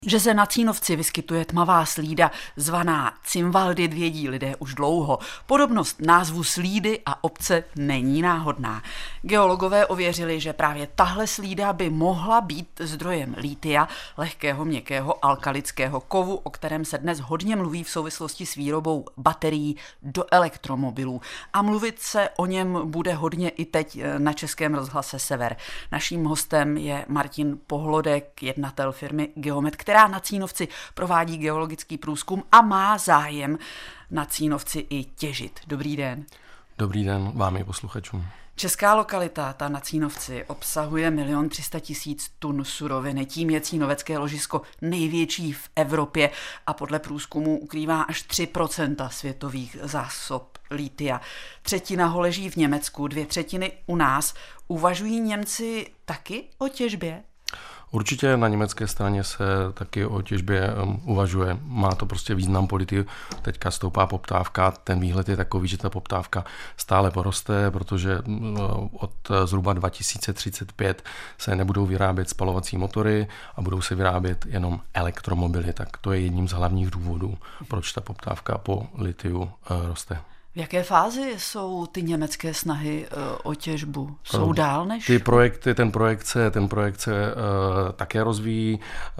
Že se na Cínovci vyskytuje tmavá slída zvaná Cimvaldit, vědí lidé už dlouho. Podobnost názvu slídy a obce není náhodná. Geologové ověřili, že právě tahle slída by mohla být zdrojem litia, lehkého, měkkého, alkalického kovu, o kterém se dnes hodně mluví v souvislosti s výrobou baterií do elektromobilů. A mluvit se o něm bude hodně i teď na Českém rozhlase Sever. Naším hostem je Martin Pohlodek, jednatel firmy Geomet, která na Cínovci provádí geologický průzkum a má zájem na Cínovci i těžit. Dobrý den. Dobrý den vám i posluchačům. Česká lokalita, ta na Cínovci, obsahuje 1 300 000 tun suroviny. Tím je cínovecké ložisko největší v Evropě a podle průzkumu ukrývá až 3% světových zásob litia. 1/3 ho leží v Německu, 2/3 u nás. Uvažují Němci taky o těžbě? Určitě na německé straně se taky o těžbě uvažuje. Má to prostě význam po litiu. Teďka stoupá poptávka. Ten výhled je takový, že ta poptávka stále poroste, protože od zhruba 2035 se nebudou vyrábět spalovací motory a budou se vyrábět jenom elektromobily. Tak to je jedním z hlavních důvodů, proč ta poptávka po litiu roste. V jaké fázi jsou ty německé snahy o těžbu? Jsou dál než? Ten projekt se také rozvíjí.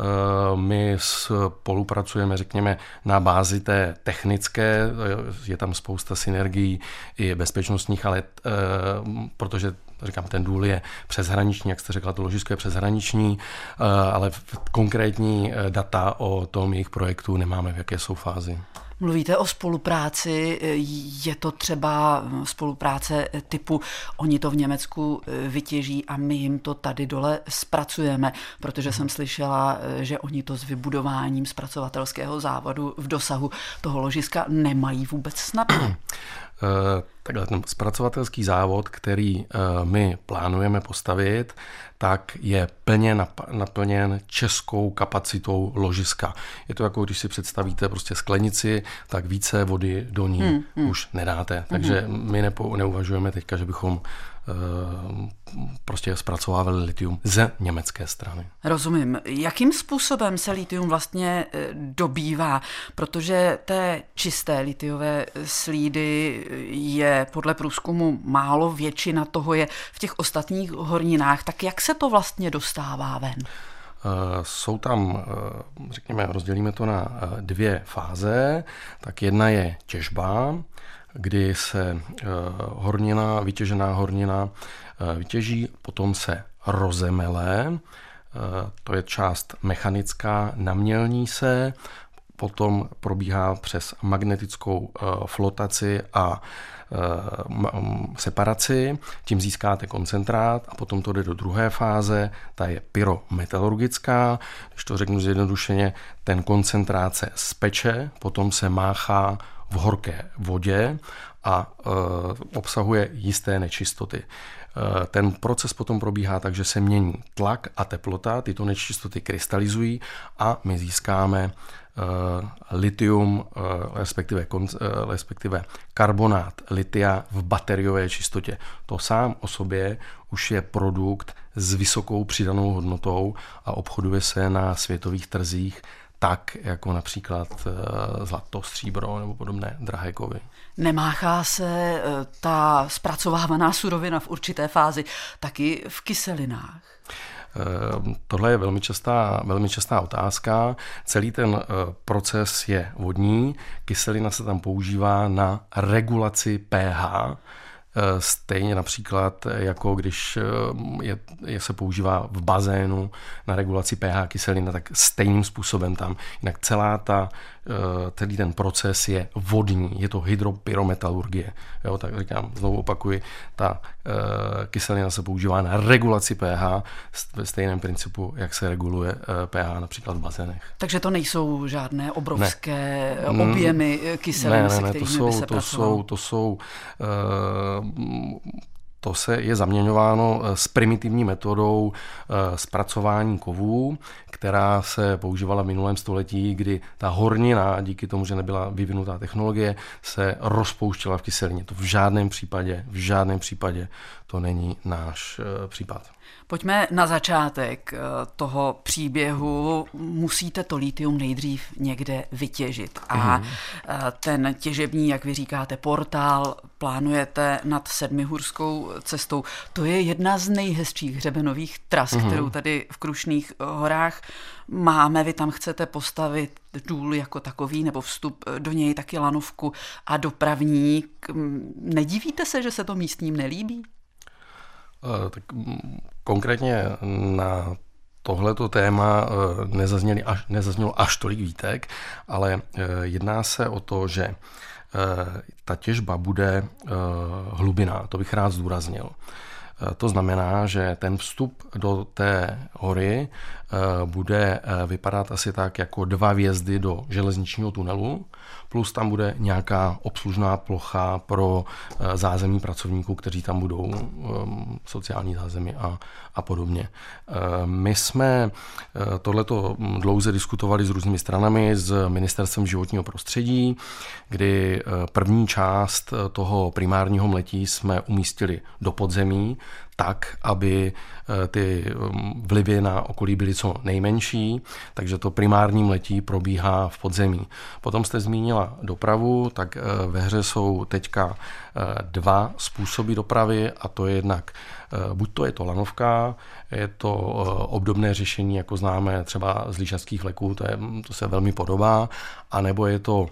My spolupracujeme, řekněme, na bázi té technické. Je tam spousta synergií i bezpečnostních, ale protože říkám, ten důl je přeshraniční, jak jste řekla, to ložisko je přeshraniční, ale konkrétní data o tom jejich projektu nemáme, v jaké jsou fázi. Mluvíte o spolupráci, je to třeba spolupráce typu oni to v Německu vytěží a my jim to tady dole zpracujeme, protože jsem slyšela, že oni to s vybudováním zpracovatelského závodu v dosahu toho ložiska nemají vůbec snadno. Takhle ten zpracovatelský závod, který my plánujeme postavit, tak je plně naplněn českou kapacitou ložiska. Je to jako, když si představíte prostě sklenici, tak více vody do ní už nedáte. Takže my neuvažujeme teďka, že bychom prostě zpracovávali litium ze německé strany. Rozumím. Jakým způsobem se litium vlastně dobývá? Protože té čisté litiové slídy je podle průzkumu málo, většina toho je v těch ostatních horninách. Tak jak se to vlastně dostává ven? Jsou tam, řekněme, rozdělíme to na 2 fáze. Tak jedna je těžba, kdy se vytěžená hornina vytěží, potom se rozemele, to je část mechanická, namělní se, potom probíhá přes magnetickou flotaci a separaci, tím získáte koncentrát a potom to jde do druhé fáze, ta je pyrometalurgická, když to řeknu zjednodušeně, ten koncentrát se speče, potom se máchá v horké vodě a obsahuje jisté nečistoty. Ten proces potom probíhá tak, že se mění tlak a teplota, tyto nečistoty krystalizují a my získáme litium, respektive karbonát litia v bateriové čistotě. To sám o sobě už je produkt s vysokou přidanou hodnotou a obchoduje se na světových trzích tak, jako například zlato, stříbro nebo podobné drahé kovy. Nemáchá se ta zpracovávaná surovina v určité fázi taky v kyselinách? Tohle je velmi častá otázka. Celý ten proces je vodní. Kyselina se tam používá na regulaci pH. Stejně například, jako když se používá v bazénu na regulaci pH kyselina, tak stejným způsobem tam. Jinak celý ten proces je vodní, je to hydropyrometalurgie. Jo, tak říkám, znovu opakuji, ta kyselina se používá na regulaci pH ve stejném principu, jak se reguluje pH například v bazénech. Takže to nejsou žádné obrovské objemy kyselin, se kterými by se pracovalo? To jsou to se je zaměňováno s primitivní metodou zpracování kovů, která se používala v minulém století, kdy ta hornina, díky tomu, že nebyla vyvinutá technologie, se rozpouštěla v kyselině. To v žádném případě to není náš případ. Pojďme na začátek toho příběhu. Musíte to lithium nejdřív někde vytěžit. A ten těžební, jak vy říkáte, portál plánujete nad Sedmihurskou cestou. To je jedna z nejhezčích hřebenových tras, kterou tady v Krušných horách máme. Vy tam chcete postavit důl jako takový, nebo vstup do něj, taky lanovku a dopravník. Nedivíte se, že se to místním nelíbí? Tak konkrétně na tohleto téma nezaznělo až tolik výtek, ale jedná se o to, že ta těžba bude hlubinná, to bych rád zdůraznil. To znamená, že ten vstup do té hory bude vypadat asi tak jako 2 vjezdy do železničního tunelu, plus tam bude nějaká obslužná plocha pro zázemí pracovníků, kteří tam budou, sociální zázemí a podobně. My jsme tohleto dlouze diskutovali s různými stranami, s Ministerstvem životního prostředí, kdy první část toho primárního mletí jsme umístili do podzemí, tak, aby ty vlivy na okolí byly co nejmenší, takže to primární mletí probíhá v podzemí. Potom jste zmínila dopravu, tak ve hře jsou teďka 2 způsoby dopravy a to je jednak, buď to je to lanovka, je to obdobné řešení, jako známe třeba z lyžařských vleků, to se velmi podobá, anebo je to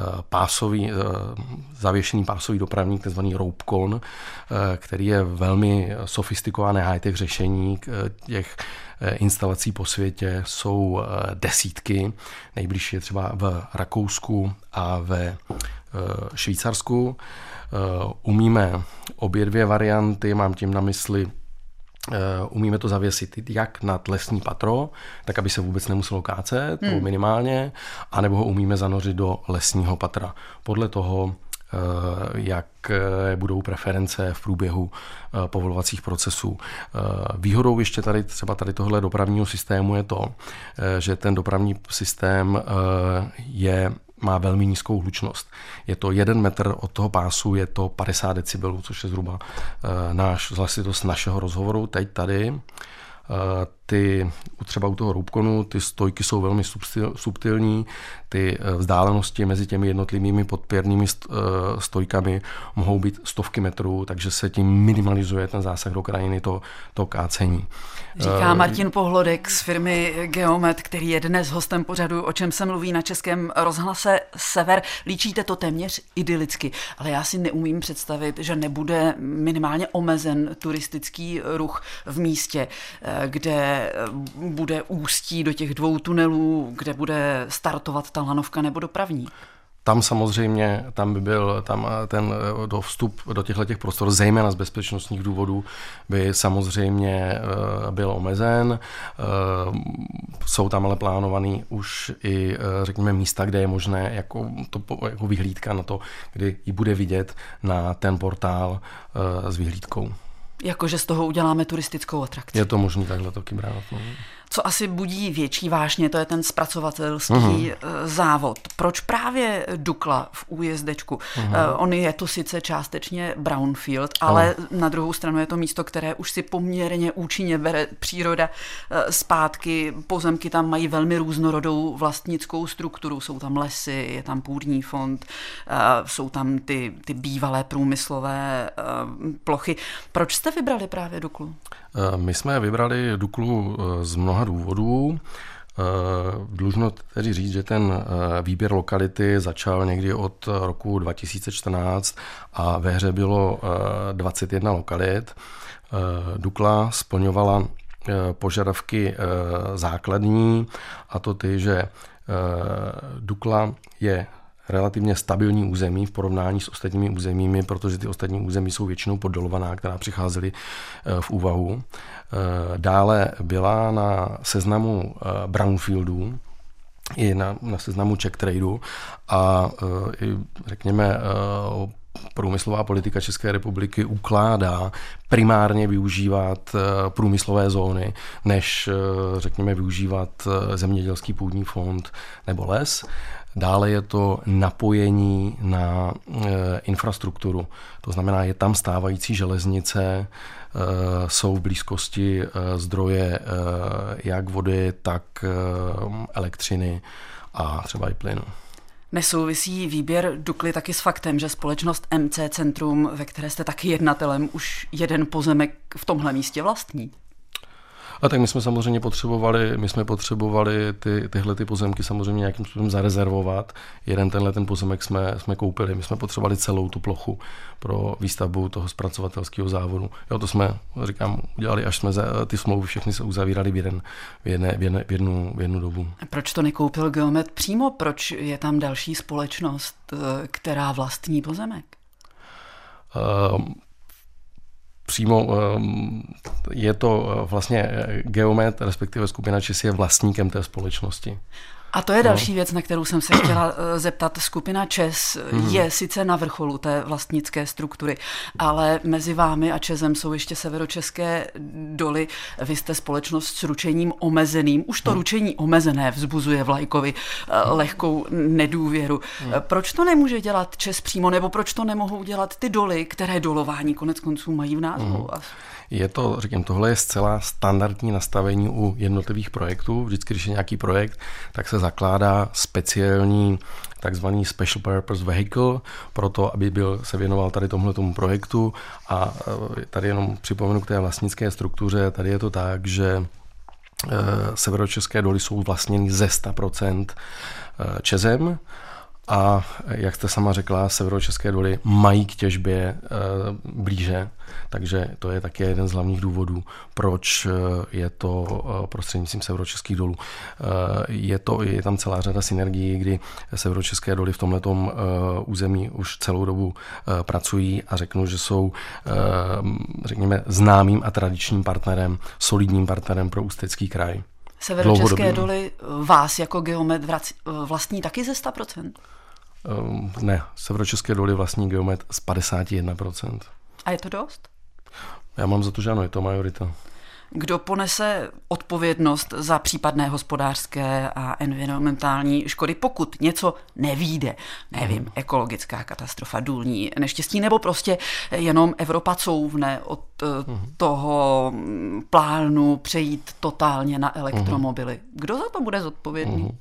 zavěšený pásový dopravník, takzvaný rope-con, který je velmi sofistikované high-tech řešení. Těch instalací po světě jsou desítky. Nejbližší je třeba v Rakousku a ve Švýcarsku. Umíme obě 2 varianty, mám tím na mysli, umíme to zavěsit jak nad lesní patro, tak aby se vůbec nemuselo kácet, nebo minimálně, anebo ho umíme zanořit do lesního patra. Podle toho, jak budou preference v průběhu povolovacích procesů. Výhodou ještě tady tohle dopravního systému je to, že ten dopravní systém má velmi nízkou hlučnost. Je to 1 metr od toho pásu, je to 50 decibelů, což je zhruba hlasitost našeho rozhovoru teď tady. Třeba u toho rope-conu, ty stojky jsou velmi subtilní, ty vzdálenosti mezi těmi jednotlivými podpěrnými stojkami mohou být stovky metrů, takže se tím minimalizuje ten zásah do krajiny, to kácení. Říká Martin Pohlodek z firmy Geomet, který je dnes hostem pořadu O čem se mluví na Českém rozhlase Sever. Líčíte to téměř idylicky, ale já si neumím představit, že nebude minimálně omezen turistický ruch v místě, kde bude ústí do těch 2 tunelů, kde bude startovat ta lanovka nebo dopravní. Tam samozřejmě, tam by byl ten vstup do těchto prostor, zejména z bezpečnostních důvodů, by samozřejmě byl omezen. Jsou tam ale plánovaný už i, řekněme, místa, kde je možné jako vyhlídka na to, kdy ji bude vidět na ten portál s vyhlídkou. Jakože z toho uděláme turistickou atrakci. Je to možný takhle to brát. No. Co asi budí větší vášně, to je ten zpracovatelský závod. Proč právě Dukla v Újezdečku? On je to sice částečně brownfield, ale na druhou stranu je to místo, které už si poměrně účinně bere příroda zpátky. Pozemky tam mají velmi různorodou vlastnickou strukturu. Jsou tam lesy, je tam půdní fond, jsou tam ty bývalé průmyslové plochy. Proč jste vybrali právě Duklu? My jsme vybrali Duklu z mnoha důvodů. Dlužno tedy říct, že ten výběr lokality začal někdy od roku 2014 a ve hře bylo 21 lokalit. Dukla splňovala požadavky základní, a to ty, že Dukla je relativně stabilní území v porovnání s ostatními územími, protože ty ostatní území jsou většinou poddolovaná, která přicházely v úvahu. Dále byla na seznamu brownfieldů i na seznamu Czech Tradu a řekněme průmyslová politika České republiky ukládá primárně využívat průmyslové zóny, než řekněme využívat zemědělský půdní fond nebo les. Dále je to napojení na infrastrukturu. To znamená, je tam stávající železnice, jsou v blízkosti zdroje jak vody, tak elektřiny a třeba i plynu. Nesouvisí výběr Dukly taky s faktem, že společnost MC Centrum, ve které jste taky jednatelem, už jeden pozemek v tomhle místě vlastní? A tak my jsme samozřejmě potřebovali tyhle pozemky samozřejmě nějakým způsobem zarezervovat. Ten pozemek jsme koupili. My jsme potřebovali celou tu plochu pro výstavbu toho zpracovatelského závodu. Jo, to jsme, říkám, udělali, až jsme ty smlouvy všechny se uzavírali v jednu dobu. Proč to nekoupil Geomet přímo? Proč je tam další společnost, která vlastní pozemek? Přímo je to vlastně Geomet, respektive skupina ČEZ je vlastníkem té společnosti. A to je další věc, na kterou jsem se chtěla zeptat. Skupina ČEZ je sice na vrcholu té vlastnické struktury, ale mezi vámi a ČEZem jsou ještě Severočeské doly. Vy jste společnost s ručením omezeným. Už to ručení omezené vzbuzuje Vlajkovi lehkou nedůvěru. Proč to nemůže dělat ČEZ přímo, nebo proč to nemohou dělat ty doly, které dolování konec konců mají v názvu? Tohle je zcela standardní nastavení u jednotlivých projektů. Vždycky, když je nějaký projekt, tak se zakládá speciální takzvaný Special Purpose Vehicle pro to, aby se věnoval tady tomuhletomu projektu. A tady jenom připomenu k té vlastnické struktuře. Tady je to tak, že Severočeské doly jsou vlastněny ze 100% ČEZem. A jak jste sama řekla, Severočeské doly mají k těžbě blíže, takže to je také jeden z hlavních důvodů, proč je to prostřednictvím Severočeských dolů. Je tam celá řada synergií, kdy Severočeské doly v tomhletom území už celou dobu pracují a řeknu, že jsou, řekněme, známým a tradičním partnerem, solidním partnerem pro Ústecký kraj. Severočeské doly vás jako Geomet vlastní taky ze 100%? Ne, Severočeské doly vlastní Geomet z 51%. A je to dost? Já mám za to, že ano, je to majorita. Kdo ponese odpovědnost za případné hospodářské a environmentální škody, pokud něco nevyjde? Nevím, ekologická katastrofa, důlní neštěstí, nebo prostě jenom Evropa couvne od toho plánu přejít totálně na elektromobily. Kdo za to bude zodpovědný?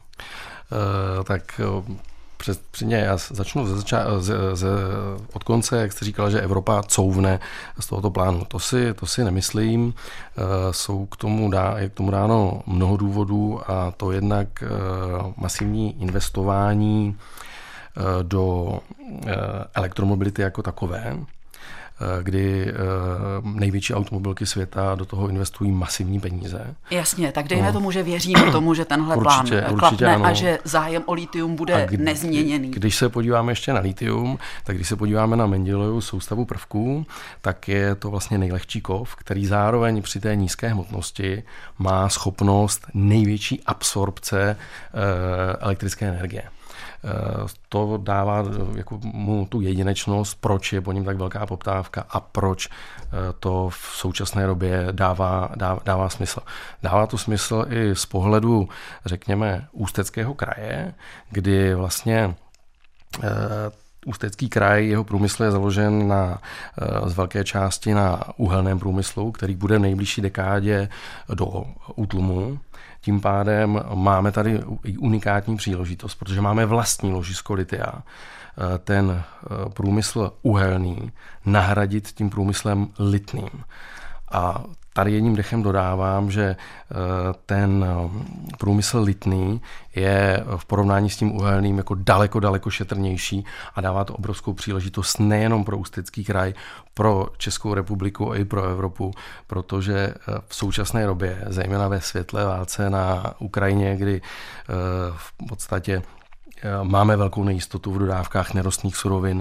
Já začnu od konce, jak jste říkala, že Evropa couvne z tohoto plánu. To si nemyslím. Je k tomu dáno mnoho důvodů a to jednak masivní investování do elektromobility jako takové, kdy největší automobilky světa do toho investují masivní peníze. Jasně, tak dejme tomu, že věříme tomu, že tenhle plán klapne a že zájem o litium bude nezměněný. Když se podíváme ještě na litium, tak když se podíváme na Mendelovu soustavu prvků, tak je to vlastně nejlehčí kov, který zároveň při té nízké hmotnosti má schopnost největší absorpce elektrické energie. To dává jako mu tu jedinečnost, proč je po něm tak velká poptávka a proč to v současné době dává smysl. Dává to smysl i z pohledu, řekněme, Ústeckého kraje, kdy vlastně Ústecký kraj, jeho průmysl je založen z velké části na uhelném průmyslu, který bude v nejbližší dekádě do útlumu. Tím pádem máme tady unikátní příležitost, protože máme vlastní ložisko litia. Ten průmysl uhelný nahradit tím průmyslem litným. A tady jedním dechem dodávám, že ten průmysl litný je v porovnání s tím uhelným jako daleko šetrnější a dává to obrovskou příležitost nejenom pro Ústecký kraj, pro Českou republiku a i pro Evropu, protože v současné době, zejména ve světle válce na Ukrajině, kdy v podstatě máme velkou nejistotu v dodávkách nerostných surovin,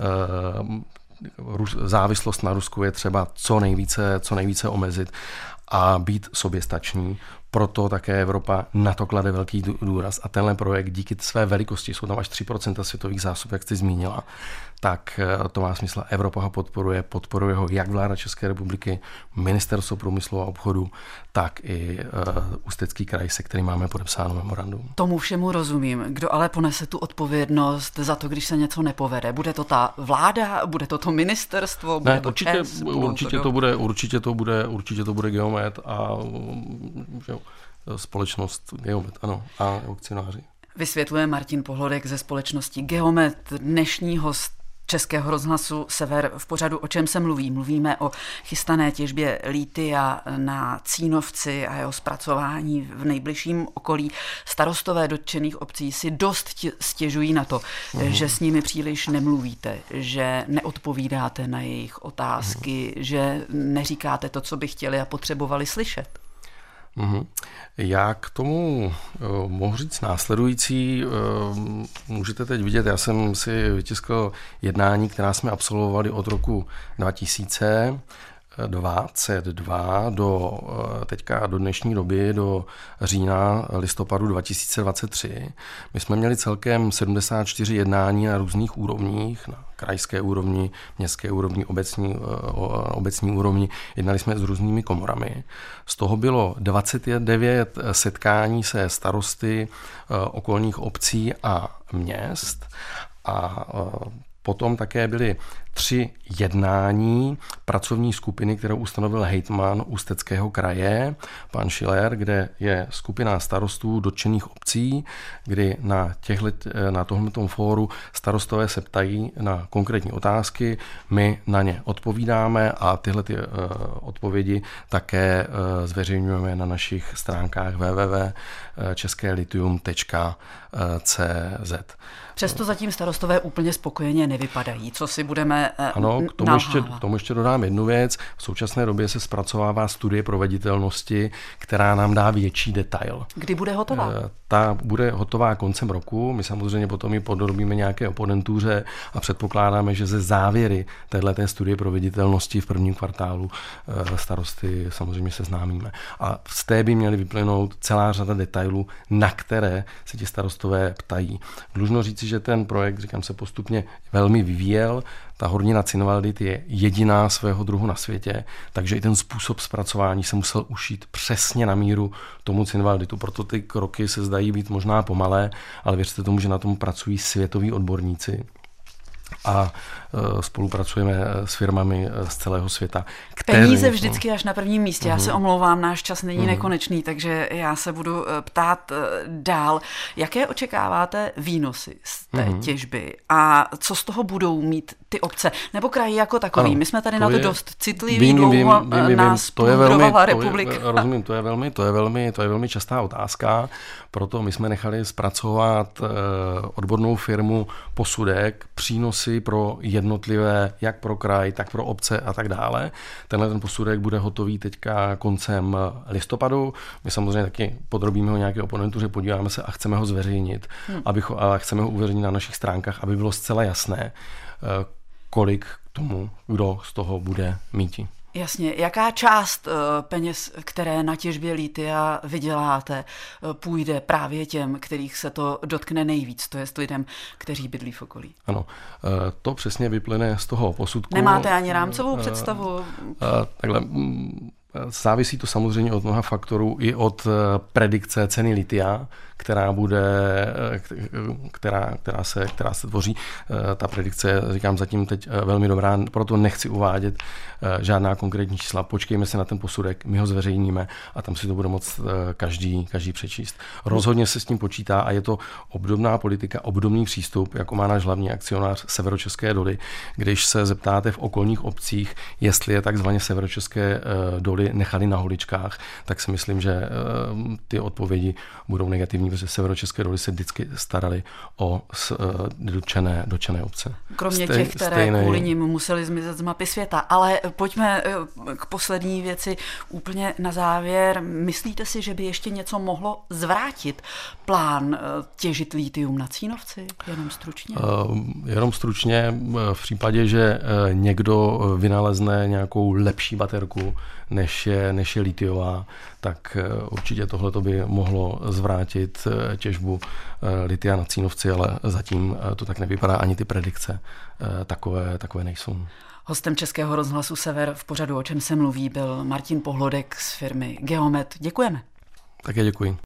závislost na Rusku je třeba co nejvíce omezit a být soběstačný. proto také Evropa na to klade velký důraz. A tenhle projekt díky své velikosti, jsou tam až 3% světových zásob, jak jste zmínila, tak to má smysl. Evropa ho podporuje ho jak vláda České republiky, Ministerstvo průmyslu a obchodu, tak i Ústecký kraj, se kterým máme podepsáno memorandum. Tomu všemu rozumím. Kdo ale ponese tu odpovědnost za to, když se něco nepovede? Bude to ta vláda, bude to ministerstvo, bude to ČEZ? Určitě to bude Geomet a společnost Geomet, ano, a akcionáři. Vysvětluje Martin Pohlodek ze společnosti Geomet, dnešní host Českého rozhlasu Sever v pořadu O čem se mluví. Mluvíme o chystané těžbě lithia na Cínovci a jeho zpracování v nejbližším okolí. Starostové dotčených obcí si dost stěžují na to, že s nimi příliš nemluvíte, že neodpovídáte na jejich otázky, že neříkáte to, co by chtěli a potřebovali slyšet. Já k tomu mohu říct následující. Můžete teď vidět, já jsem si vytiskl jednání, která jsme absolvovali od roku 2022 do dnešní doby, do října, listopadu 2023. My jsme měli celkem 74 jednání na různých úrovních, na krajské úrovni, městské úrovni, obecní úrovni. Jednali jsme s různými komorami. Z toho bylo 29 setkání se starosty okolních obcí a měst a potom také byly 3 jednání pracovní skupiny, kterou ustanovil hejtman Ústeckého kraje, pan Schiller, kde je skupina starostů dotčených obcí, kdy na tomto fóru starostové se ptají na konkrétní otázky, my na ně odpovídáme a tyhle odpovědi také zveřejňujeme na našich stránkách www.českelithium.cz. Přesto zatím starostové úplně spokojeně nevypadají. Co si budeme Ano, k tomu ještě dodám jednu věc. V současné době se zpracovává studie proveditelnosti, která nám dá větší detail. Kdy bude hotová? Ta bude hotová koncem roku. My samozřejmě potom ji podrobíme nějaké oponentuře a předpokládáme, že ze závěry téhleté studie proveditelnosti v prvním kvartálu starosty samozřejmě seznámíme. A z té by měly vyplynout celá řada detailů, na které se ti starostové ptají. Dlužno říci, že ten projekt, říkám, se postupně velmi vyvíjel. Ta hornina Cinvaldit je jediná svého druhu na světě, takže i ten způsob zpracování se musel ušít přesně na míru tomu Cinvalditu. Proto ty kroky se zdají být možná pomalé, ale věřte tomu, že na tom pracují světoví odborníci. A spolupracujeme s firmami z celého světa. Peníze vždycky až na prvním místě. Já se omlouvám, náš čas není nekonečný, takže já se budu ptát dál. Jaké očekáváte výnosy z té těžby a co z toho budou mít ty obce nebo kraji jako takový? Ano, my jsme tady na to dost citliví, dlouho nás budovala republika. Rozumím, to je velmi častá otázka, proto my jsme nechali zpracovat odbornou firmu posudek, přínosy pro jednotlivé, jak pro kraj, tak pro obce a tak dále. Ten posudek bude hotový teďka koncem listopadu. My samozřejmě taky podrobíme ho nějaké oponentuře, podíváme se a chceme ho zveřejnit. A chceme ho uveřejnit na našich stránkách, aby bylo zcela jasné, kolik tomu, kdo z toho bude míti. Jasně. Jaká část peněz, které na těžbě lithia vyděláte, půjde právě těm, kterých se to dotkne nejvíc, to jest lidem, kteří bydlí v okolí? Ano, to přesně vyplyne z toho posudku. Nemáte ani rámcovou představu? Takhle, závisí to samozřejmě od mnoha faktorů, i od predikce ceny lithia, která se tvoří. Ta predikce, říkám, zatím teď velmi dobrá, proto nechci uvádět žádná konkrétní čísla. Počkejme se na ten posudek, my ho zveřejníme a tam si to bude moct každý přečíst. Rozhodně se s tím počítá a je to obdobná politika, obdobný přístup, jako má náš hlavní akcionář Severočeské doly. Když se zeptáte v okolních obcích, jestli je takzvaně Severočeské doly nechali na holičkách, tak si myslím, že ty odpovědi budou negativní, protože Severočeské doly se vždycky starali o dotčené obce. Kromě těch, které kvůli nim museli zmizet z mapy světa. Ale pojďme k poslední věci úplně na závěr. Myslíte si, že by ještě něco mohlo zvrátit plán těžit lithium na Cínovci? Jenom stručně? Jenom stručně v případě, že někdo vynalezne nějakou lepší baterku, než než je litiová, tak určitě tohle by mohlo zvrátit těžbu litia na Cínovci, ale zatím to tak nevypadá, ani ty predikce takové nejsou. Hostem Českého rozhlasu Sever v pořadu O čem se mluví byl Martin Pohlodek z firmy Geomet. Děkujeme. Také děkuji.